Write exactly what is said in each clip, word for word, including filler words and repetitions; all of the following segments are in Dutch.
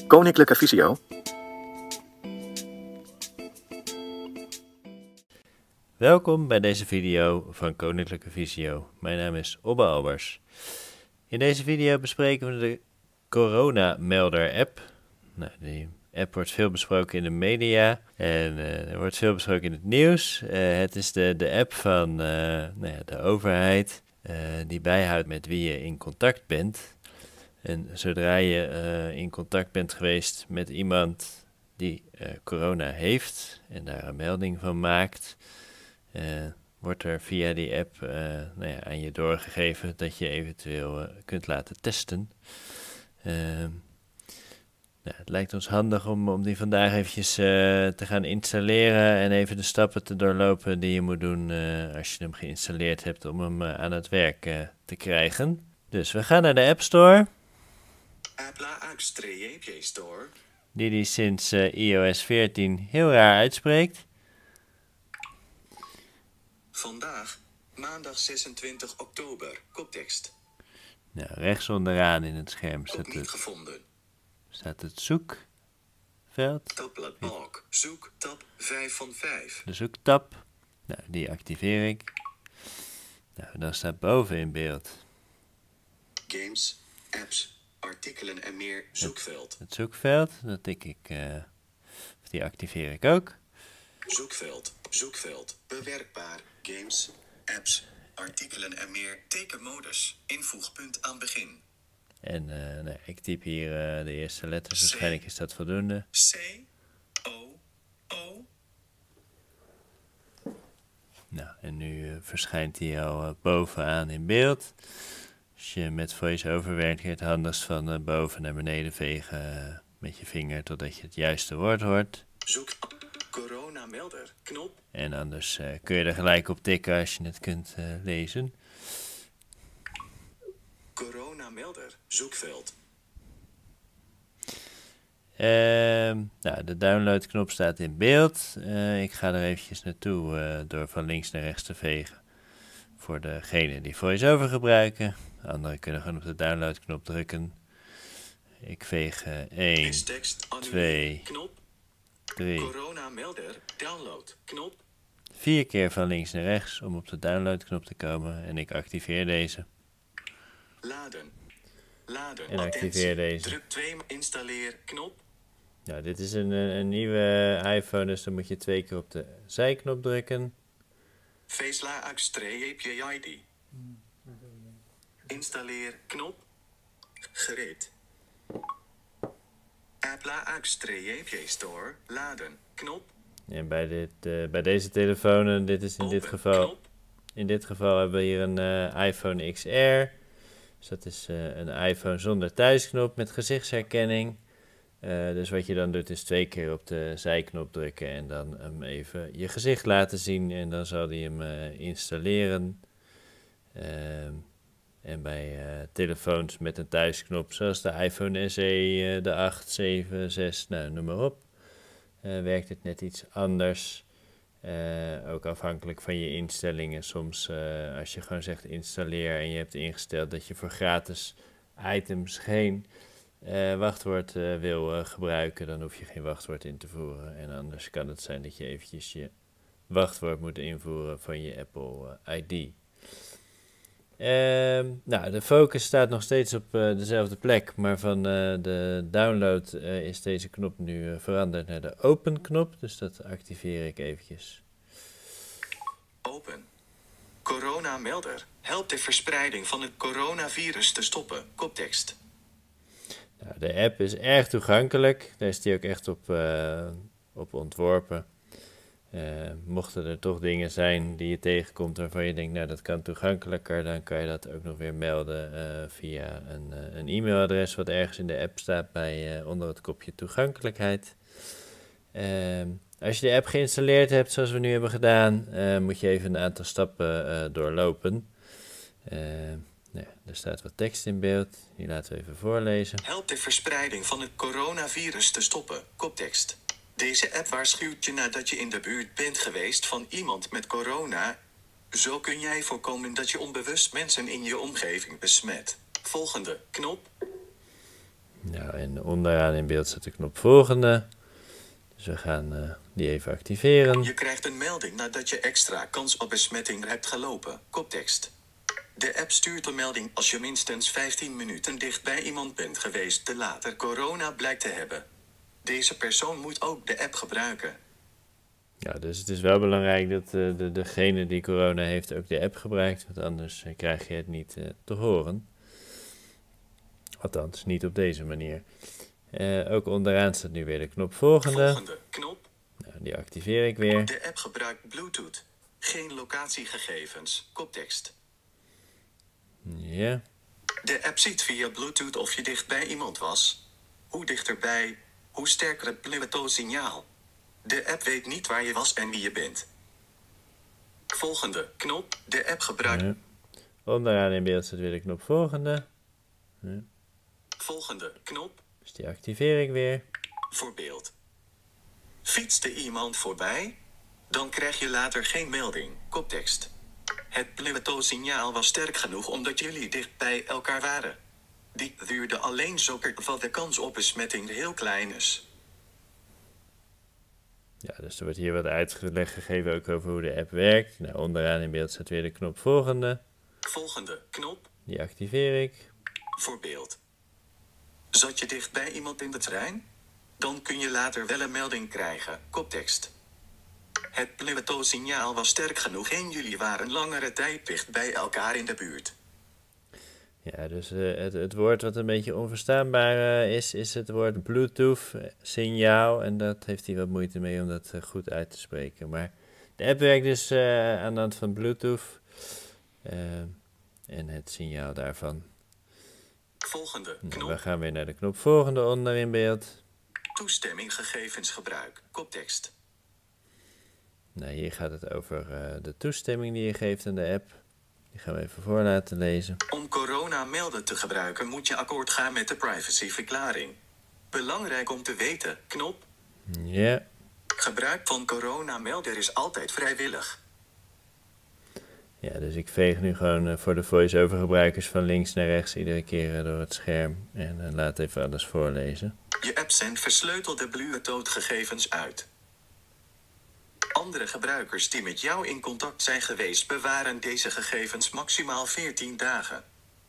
Koninklijke Visio. Welkom bij deze video van Koninklijke Visio. Mijn naam is Obbe Albers. In deze video bespreken we de Corona-melder app. Nou, die app wordt veel besproken in de media en uh, er wordt veel besproken in het nieuws. Uh, het is de, de app van uh, nou ja, de overheid uh, die bijhoudt met wie je in contact bent. En zodra je uh, in contact bent geweest met iemand die uh, corona heeft en daar een melding van maakt, uh, wordt er via die app uh, nou ja, aan je doorgegeven dat je eventueel uh, kunt laten testen. Uh, nou, het lijkt ons handig om, om die vandaag eventjes uh, te gaan installeren en even de stappen te doorlopen die je moet doen uh, als je hem geïnstalleerd hebt om hem uh, aan het werk uh, te krijgen. Dus we gaan naar de App Store. Store. Die die sinds uh, i O S veertien heel raar uitspreekt. Vandaag, maandag zesentwintig oktober, koptekst. Nou, rechts onderaan in het scherm Kop staat niet het, gevonden. staat het zoekveld. Tabletbalk, zoek, tab vijf van vijf. De zoektab. Nou, die activeer ik. Nou, dan staat boven in beeld Games, apps, artikelen en meer, zoekveld. het zoekveld. Dat tik ik, uh, of die activeer ik ook. Zoekveld, zoekveld, bewerkbaar, games, apps, artikelen en meer, tekenmodus, invoegpunt aan begin. En uh, nou, ik typ hier uh, de eerste letters, waarschijnlijk is dat voldoende. C, O, O. Nou, en nu uh, verschijnt hij al uh, bovenaan in beeld. Als je met voice-over werkt, kun je het handigst van uh, boven naar beneden vegen uh, met je vinger totdat je het juiste woord hoort. Zoek, corona-melder, knop. En anders uh, kun je er gelijk op tikken als je het kunt uh, lezen. Corona-melder, zoekveld. Uh, nou, de downloadknop staat in beeld. Uh, ik ga er eventjes naartoe uh, door van links naar rechts te vegen. Voor degenen die VoiceOver gebruiken. Anderen kunnen gewoon op de downloadknop drukken. Ik veeg uh, één, twee, drie, Corona-melder, download, knop. vier keer van links naar rechts om op de downloadknop te komen. En ik activeer deze. Laden. Laden. En activeer deze. Druk twee, installeer, knop. Nou, dit is een, een nieuwe iPhone, dus dan moet je twee keer op de zijknop drukken. Vesla streepje I D. Installeer, knop. Gereed. Appla streepje store, laden, knop. En bij, dit, uh, bij deze telefoon, en dit is in dit Open, geval, knop. in dit geval hebben we hier een uh, iPhone X R. Dus dat is uh, een iPhone zonder thuisknop met gezichtsherkenning. Uh, dus wat je dan doet is twee keer op de zijknop drukken en dan hem even je gezicht laten zien. En dan zal hij hem uh, installeren. Uh, en bij uh, telefoons met een thuisknop zoals de iPhone S E, uh, de acht, zeven, zes, nou noem maar op. Uh, werkt het net iets anders. Uh, ook afhankelijk van je instellingen. Soms uh, als je gewoon zegt installeer en je hebt ingesteld dat je voor gratis items geen uh, wachtwoord uh, wil uh, gebruiken, dan hoef je geen wachtwoord in te voeren. En anders kan het zijn dat je eventjes je wachtwoord moet invoeren van je Apple uh, I D. Uh, nou, de focus staat nog steeds op uh, dezelfde plek, maar van uh, de download uh, is deze knop nu uh, veranderd naar de open knop, dus dat activeer ik eventjes. Open. Corona-melder. Helpt de verspreiding van het coronavirus te stoppen. Koptekst. Nou, de app is erg toegankelijk, daar is die ook echt op, uh, op ontworpen. Uh, mochten er toch dingen zijn die je tegenkomt waarvan je denkt, nou dat kan toegankelijker, dan kan je dat ook nog weer melden uh, via een, uh, een e-mailadres wat ergens in de app staat bij uh, onder het kopje toegankelijkheid. Uh, als je de app geïnstalleerd hebt zoals we nu hebben gedaan, uh, moet je even een aantal stappen uh, doorlopen. Uh, nou ja, er staat wat tekst in beeld, die laten we even voorlezen. Helpt de verspreiding van het coronavirus te stoppen. Koptekst. Deze app waarschuwt je nadat je in de buurt bent geweest van iemand met corona. Zo kun jij voorkomen dat je onbewust mensen in je omgeving besmet. Volgende knop. Nou, en onderaan in beeld staat de knop volgende. Dus we gaan uh, die even activeren. Je krijgt een melding nadat je extra kans op besmetting hebt gelopen. Koptekst. De app stuurt een melding als je minstens vijftien minuten dicht bij iemand bent geweest die later corona blijkt te hebben. Deze persoon moet ook de app gebruiken. Ja, dus het is wel belangrijk dat uh, de, degene die corona heeft ook de app gebruikt. Want anders uh, krijg je het niet uh, te horen. Althans, niet op deze manier. Uh, ook onderaan staat nu weer de knop volgende. Volgende knop. Nou, die activeer ik weer. De app gebruikt Bluetooth. Geen locatiegegevens. Koptekst. Ja. De app ziet via Bluetooth of je dicht bij iemand was. Hoe dichterbij, hoe sterker het Bluetooth-signaal. De app weet niet waar je was en wie je bent. Volgende knop. De app gebruikt... Ja. Onderaan in beeld staat weer de knop volgende. Ja. Volgende knop. Dus die activeer ik weer. Voorbeeld. Fietste iemand voorbij? Dan krijg je later geen melding. Koptekst. Het Bluetooth-signaal was sterk genoeg omdat jullie dicht bij elkaar waren. Die duurde alleen zo kort dat de kans op besmetting heel klein is. Ja, dus er wordt hier wat uitleg gegeven ook over hoe de app werkt. Nou, onderaan in beeld staat weer de knop volgende. Volgende knop. Die activeer ik. Voorbeeld. Zat je dicht bij iemand in de trein? Dan kun je later wel een melding krijgen. Koptekst. Het Bluetooth-signaal was sterk genoeg en jullie waren langere tijd dicht bij elkaar in de buurt. Ja, dus uh, het, het woord wat een beetje onverstaanbaar uh, is, is het woord Bluetooth-signaal. En dat heeft hij wat moeite mee om dat uh, goed uit te spreken. Maar de app werkt dus uh, aan de hand van Bluetooth uh, en het signaal daarvan. Volgende knop. Nou, we gaan weer naar de knop volgende onder in beeld. Toestemming gegevensgebruik. Koptekst. Nou, hier gaat het over uh, de toestemming die je geeft aan de app. Die gaan we even voor laten lezen. Om corona melden te gebruiken moet je akkoord gaan met de privacyverklaring. Belangrijk om te weten, knop. Ja. Gebruik van corona melder is altijd vrijwillig. Ja, dus ik veeg nu gewoon uh, voor de voice-over gebruikers van links naar rechts iedere keer uh, door het scherm. En uh, laat even alles voorlezen. Je app zendt versleutelde Bluetooth-gegevens uit. Andere gebruikers die met jou in contact zijn geweest bewaren deze gegevens maximaal veertien dagen.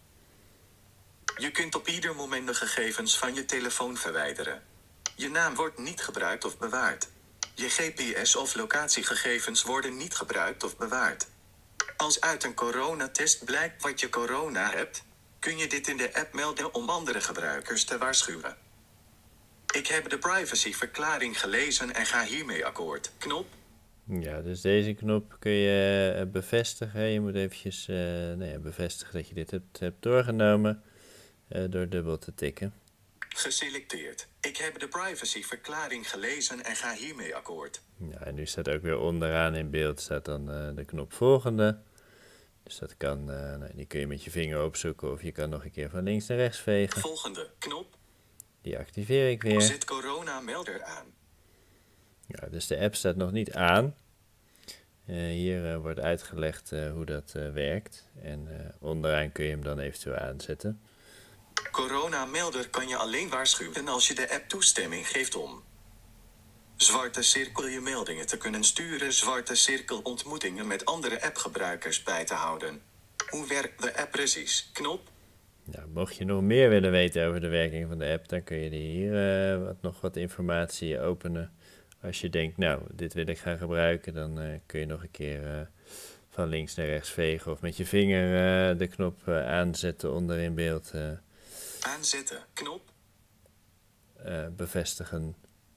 Je kunt op ieder moment de gegevens van je telefoon verwijderen. Je naam wordt niet gebruikt of bewaard. Je G P S of locatiegegevens worden niet gebruikt of bewaard. Als uit een coronatest blijkt wat je corona hebt, kun je dit in de app melden om andere gebruikers te waarschuwen. Ik heb de privacyverklaring gelezen en ga hiermee akkoord. Knop. Ja, dus deze knop kun je uh, bevestigen. Je moet eventjes uh, nou ja, bevestigen dat je dit hebt, hebt doorgenomen uh, door dubbel te tikken. Geselecteerd. Ik heb de privacyverklaring gelezen en ga hiermee akkoord. Ja, en nu staat ook weer onderaan in beeld staat dan uh, de knop volgende. Dus dat kan, uh, nou, die kun je met je vinger opzoeken of je kan nog een keer van links naar rechts vegen. Volgende knop. Die activeer ik weer. Zet corona melder aan. Ja, dus de app staat nog niet aan. Uh, hier uh, wordt uitgelegd uh, hoe dat uh, werkt. En uh, onderaan kun je hem dan eventueel aanzetten. Corona melder kan je alleen waarschuwen als je de app toestemming geeft om zwarte cirkel je meldingen te kunnen sturen, zwarte cirkel ontmoetingen met andere appgebruikers bij te houden. Hoe werkt de app precies? Knop. Nou, mocht je nog meer willen weten over de werking van de app, dan kun je die hier uh, wat, nog wat informatie openen. Als je denkt, nou, dit wil ik gaan gebruiken, dan uh, kun je nog een keer uh, van links naar rechts vegen of met je vinger uh, de knop uh, aanzetten onder in beeld. Uh, Aanzetten, knop. Uh, bevestigen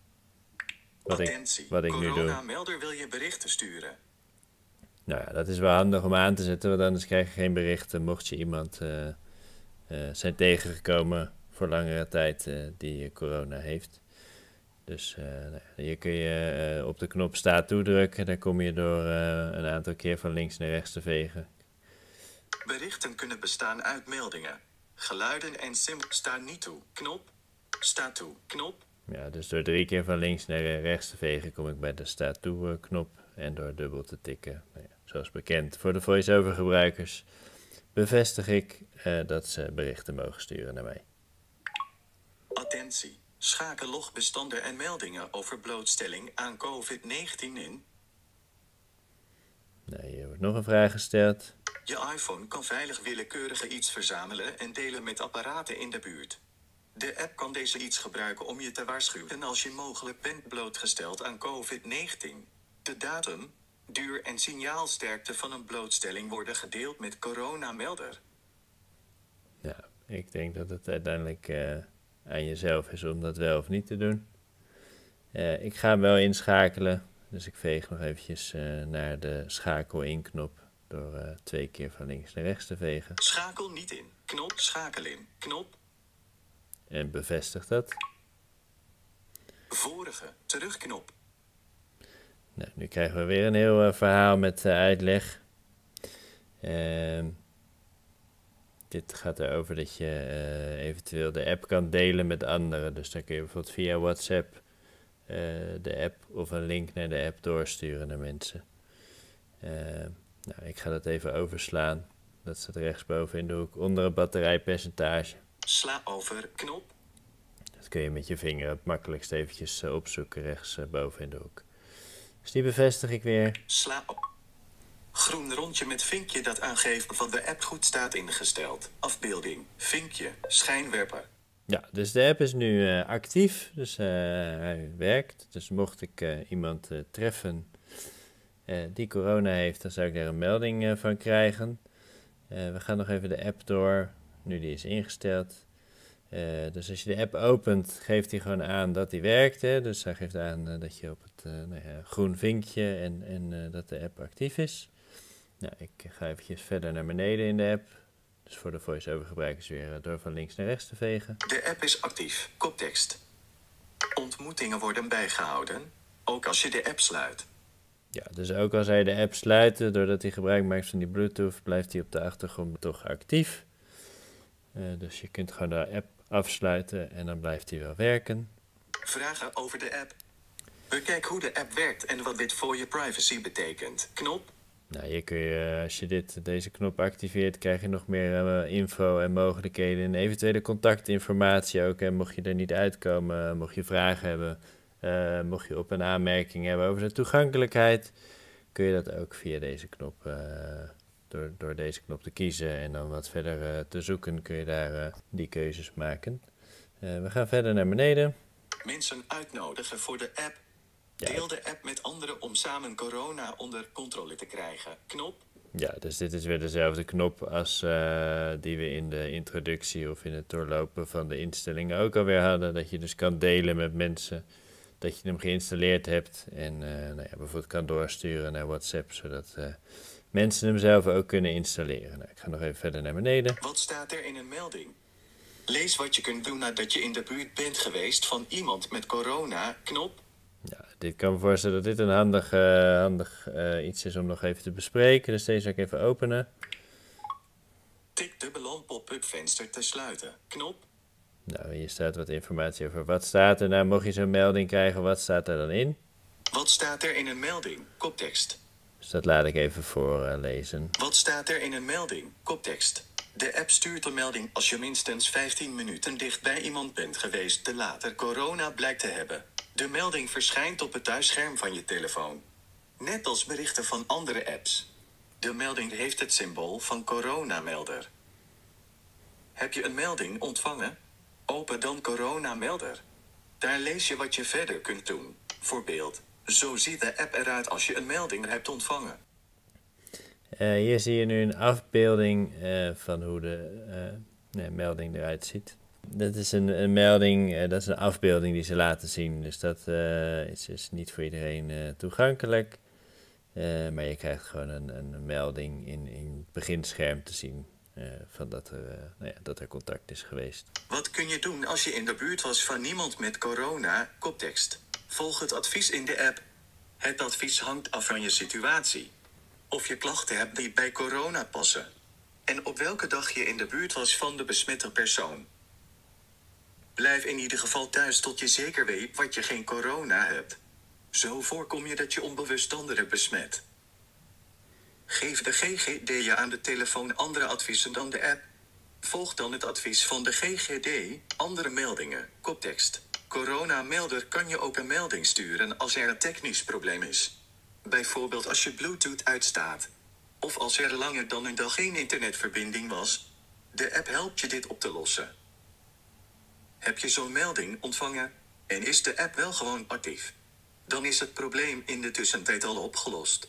wat Attentie. ik, wat ik nu doe. Corona-melder wil je berichten sturen. Nou ja, dat is wel handig om aan te zetten, want anders krijg je geen berichten mocht je iemand uh, uh, zijn tegengekomen voor langere tijd uh, die corona heeft. Dus uh, nou, hier kun je uh, op de knop sta toedrukken, dan kom je door uh, een aantal keer van links naar rechts te vegen. Berichten kunnen bestaan uit meldingen, geluiden en symbolen. Sta niet toe, knop. Sta toe, knop. Ja, dus door drie keer van links naar rechts te vegen kom ik bij de sta toe uh, knop en door dubbel te tikken. Nou ja, zoals bekend voor de voice-over gebruikers bevestig ik uh, dat ze berichten mogen sturen naar mij. Attentie. Schakel logbestanden en meldingen over blootstelling aan covid negentien in. Nou, hier wordt nog een vraag gesteld. Je iPhone kan veilig willekeurige iets verzamelen en delen met apparaten in de buurt. De app kan deze iets gebruiken om je te waarschuwen als je mogelijk bent blootgesteld aan covid negentien. De datum, duur en signaalsterkte van een blootstelling worden gedeeld met coronamelder. Nou, ik denk dat het uiteindelijk uh, aan jezelf is om dat wel of niet te doen. Uh, ik ga hem wel inschakelen, dus ik veeg nog eventjes uh, naar de schakel in knop door uh, twee keer van links naar rechts te vegen. Schakel niet in, knop, schakel in, knop. En bevestig dat. Vorige, terugknop. Nou, nu krijgen we weer een heel uh, verhaal met uh, uitleg. Uh, dit gaat erover dat je uh, eventueel de app kan delen met anderen. Dus dan kun je bijvoorbeeld via WhatsApp uh, de app of een link naar de app doorsturen naar mensen. Uh, nou, ik ga dat even overslaan. Dat staat rechtsboven in de hoek onder het batterijpercentage. Sla over, knop. Dat kun je met je vinger het makkelijkst eventjes uh, opzoeken rechts uh, boven in de hoek. Dus die bevestig ik weer. Sla op. Groen rondje met vinkje dat aangeeft of de app goed staat ingesteld. Afbeelding, vinkje, schijnwerper. Ja, dus de app is nu uh, actief, dus uh, hij werkt. Dus mocht ik uh, iemand uh, treffen uh, die corona heeft, dan zou ik daar een melding uh, van krijgen. Uh, we gaan nog even de app door, nu die is ingesteld. Uh, dus als je de app opent, geeft hij gewoon aan dat die werkt. Hè? Dus hij geeft aan uh, dat je op het uh, nou ja, groen vinkje en, en uh, dat de app actief is. Nou, ik ga eventjes verder naar beneden in de app. Dus voor de voice-over gebruikers weer uh, door van links naar rechts te vegen. De app is actief. Koptekst. Ontmoetingen worden bijgehouden, ook als je de app sluit. Ja, dus ook als hij de app sluit, doordat hij gebruik maakt van die Bluetooth, blijft hij op de achtergrond toch actief. Uh, dus je kunt gewoon de app afsluiten en dan blijft hij wel werken. Vragen over de app. Bekijk hoe de app werkt en wat dit voor je privacy betekent. Knop. Nou, hier kun je, als je dit, deze knop activeert, krijg je nog meer uh, info en mogelijkheden en eventuele contactinformatie ook. En mocht je er niet uitkomen, mocht je vragen hebben, uh, mocht je op een aanmerking hebben over de toegankelijkheid, kun je dat ook via deze knop, uh, door, door deze knop te kiezen en dan wat verder uh, te zoeken, kun je daar uh, die keuzes maken. Uh, we gaan verder naar beneden. Mensen uitnodigen voor de app. Deel de app met anderen om samen corona onder controle te krijgen. Knop. Ja, dus dit is weer dezelfde knop als uh, die we in de introductie of in het doorlopen van de instellingen ook alweer hadden. Dat je dus kan delen met mensen dat je hem geïnstalleerd hebt en uh, nou ja, bijvoorbeeld kan doorsturen naar WhatsApp, zodat uh, mensen hem zelf ook kunnen installeren. Nou, ik ga nog even verder naar beneden. Wat staat er in een melding? Lees wat je kunt doen nadat je in de buurt bent geweest van iemand met corona. Knop. Ja, dit kan me voorstellen dat dit een handig, uh, handig uh, iets is om nog even te bespreken. Dus deze zal ik even openen. Tik dubbel om pop-up venster te sluiten. Knop. Nou, hier staat wat informatie over wat staat er. Nou, mocht je zo'n melding krijgen, wat staat er dan in? Wat staat er in een melding? Koptekst. Dus dat laat ik even voorlezen. Uh, wat staat er in een melding? Koptekst. De app stuurt een melding als je minstens vijftien minuten dicht bij iemand bent geweest die later corona blijkt te hebben. De melding verschijnt op het thuisscherm van je telefoon. Net als berichten van andere apps. De melding heeft het symbool van coronamelder. Heb je een melding ontvangen? Open dan coronamelder. Daar lees je wat je verder kunt doen. Voorbeeld, zo ziet de app eruit als je een melding hebt ontvangen. Uh, hier zie je nu een afbeelding uh, van hoe de uh, nee, melding eruit ziet. Dat is een, een melding, uh, dat is een afbeelding die ze laten zien. Dus dat uh, is, is niet voor iedereen uh, toegankelijk. Uh, maar je krijgt gewoon een, een melding in, in het beginscherm te zien. Uh, van dat er, uh, nou ja, dat er contact is geweest. Wat kun je doen als je in de buurt was van niemand met corona? Koptekst. Volg het advies in de app. Het advies hangt af van je situatie. Of je klachten hebt die bij corona passen. En op welke dag je in de buurt was van de besmette persoon. Blijf in ieder geval thuis tot je zeker weet wat je geen corona hebt. Zo voorkom je dat je onbewust anderen besmet. Geef de G G D je aan de telefoon andere adviezen dan de app. Volg dan het advies van de G G D. Andere meldingen. Koptekst. Corona-melder kan je ook een melding sturen als er een technisch probleem is. Bijvoorbeeld als je Bluetooth uitstaat. Of als er langer dan een dag geen internetverbinding was. De app helpt je dit op te lossen. Heb je zo'n melding ontvangen? En is de app wel gewoon actief? Dan is het probleem in de tussentijd al opgelost.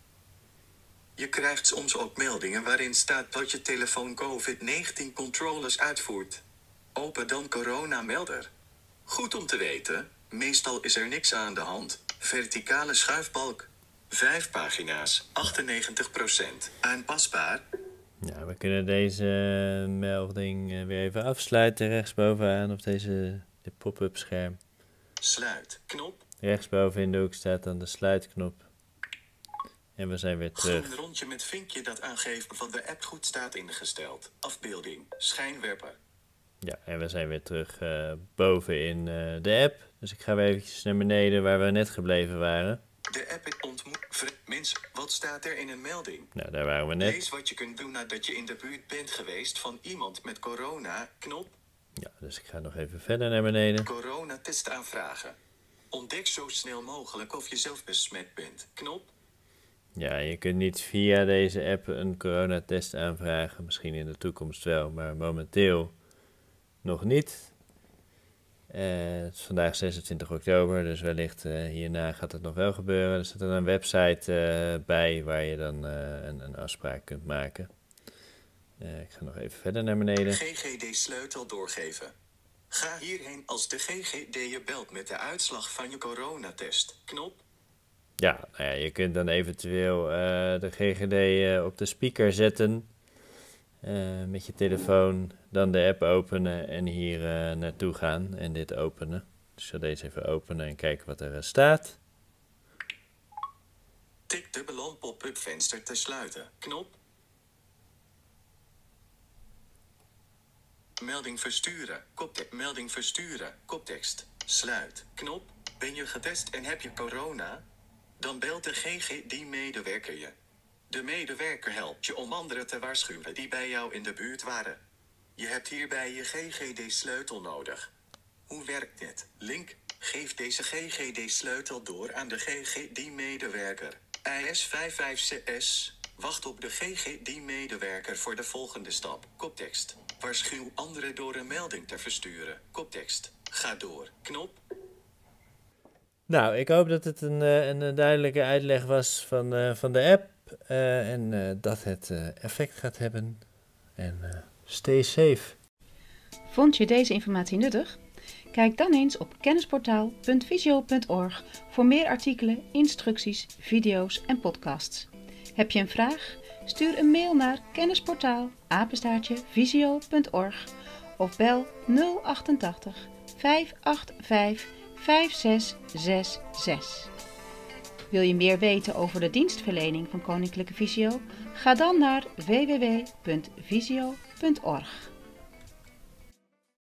Je krijgt soms ook meldingen waarin staat dat je telefoon covid negentien controles uitvoert. Open dan Corona-melder. Goed om te weten, meestal is er niks aan de hand. Verticale schuifbalk. Vijf pagina's, achtennegentig procent. Aanpasbaar. Ja, we kunnen deze melding uh, weer even afsluiten rechtsbovenaan op deze de pop-up scherm. Sluit, knop. Rechtsboven in de hoek staat dan de sluitknop. En we zijn weer terug. Groen rondje met vinkje dat aangeeft wat de app goed staat ingesteld. Afbeelding, schijnwerper. Ja, en we zijn weer terug uh, bovenin uh, de app. Dus ik ga weer eventjes naar beneden waar we net gebleven waren. De app ontmoet... Mens, wat staat er in een melding? Nou, daar waren we net. Lees wat je kunt doen nadat je in de buurt bent geweest van iemand met corona, knop. Ja, dus ik ga nog even verder naar beneden. Coronatest aanvragen. Ontdek zo snel mogelijk of je zelf besmet bent, knop. Ja, je kunt niet via deze app een coronatest aanvragen. Misschien in de toekomst wel, maar momenteel nog niet. Uh, het is vandaag zesentwintig oktober, dus wellicht uh, hierna gaat het nog wel gebeuren. Er staat er een website uh, bij waar je dan uh, een, een afspraak kunt maken. Uh, ik ga nog even verder naar beneden. G G D-sleutel doorgeven. Ga hierheen als de G G D je belt met de uitslag van je coronatest. Knop. Ja, nou ja, je kunt dan eventueel uh, de G G D uh, op de speaker zetten. Uh, met je telefoon, dan de app openen en hier uh, naartoe gaan en dit openen. Dus ik zal deze even openen en kijken wat er uh, staat. Tik de ballon pop-up venster te sluiten. Knop. Melding versturen. Koptekst. Melding versturen. Koptekst. Sluit. Knop. Ben je getest en heb je corona? Dan belt de G G D-medewerker je. De medewerker helpt je om anderen te waarschuwen die bij jou in de buurt waren. Je hebt hierbij je G G D-sleutel nodig. Hoe werkt dit? Link. Geef deze G G D-sleutel door aan de G G D-medewerker. I S vijf vijf C S. Wacht op de G G D-medewerker voor de volgende stap. Koptekst. Waarschuw anderen door een melding te versturen. Koptekst. Ga door. Knop. Nou, ik hoop dat het een, een duidelijke uitleg was van, uh, van de app. Uh, en uh, dat het uh, effect gaat hebben. En uh, stay safe. Vond je deze informatie nuttig? Kijk dan eens op kennisportaal punt visio punt org voor meer artikelen, instructies, video's en podcasts. Heb je een vraag? Stuur een mail naar kennisportaal apenstaartje visio punt org of bel nul achtentachtig vijf acht vijf vijf zes zes zes. Wil je meer weten over de dienstverlening van Koninklijke Visio? Ga dan naar w w w punt visio punt org.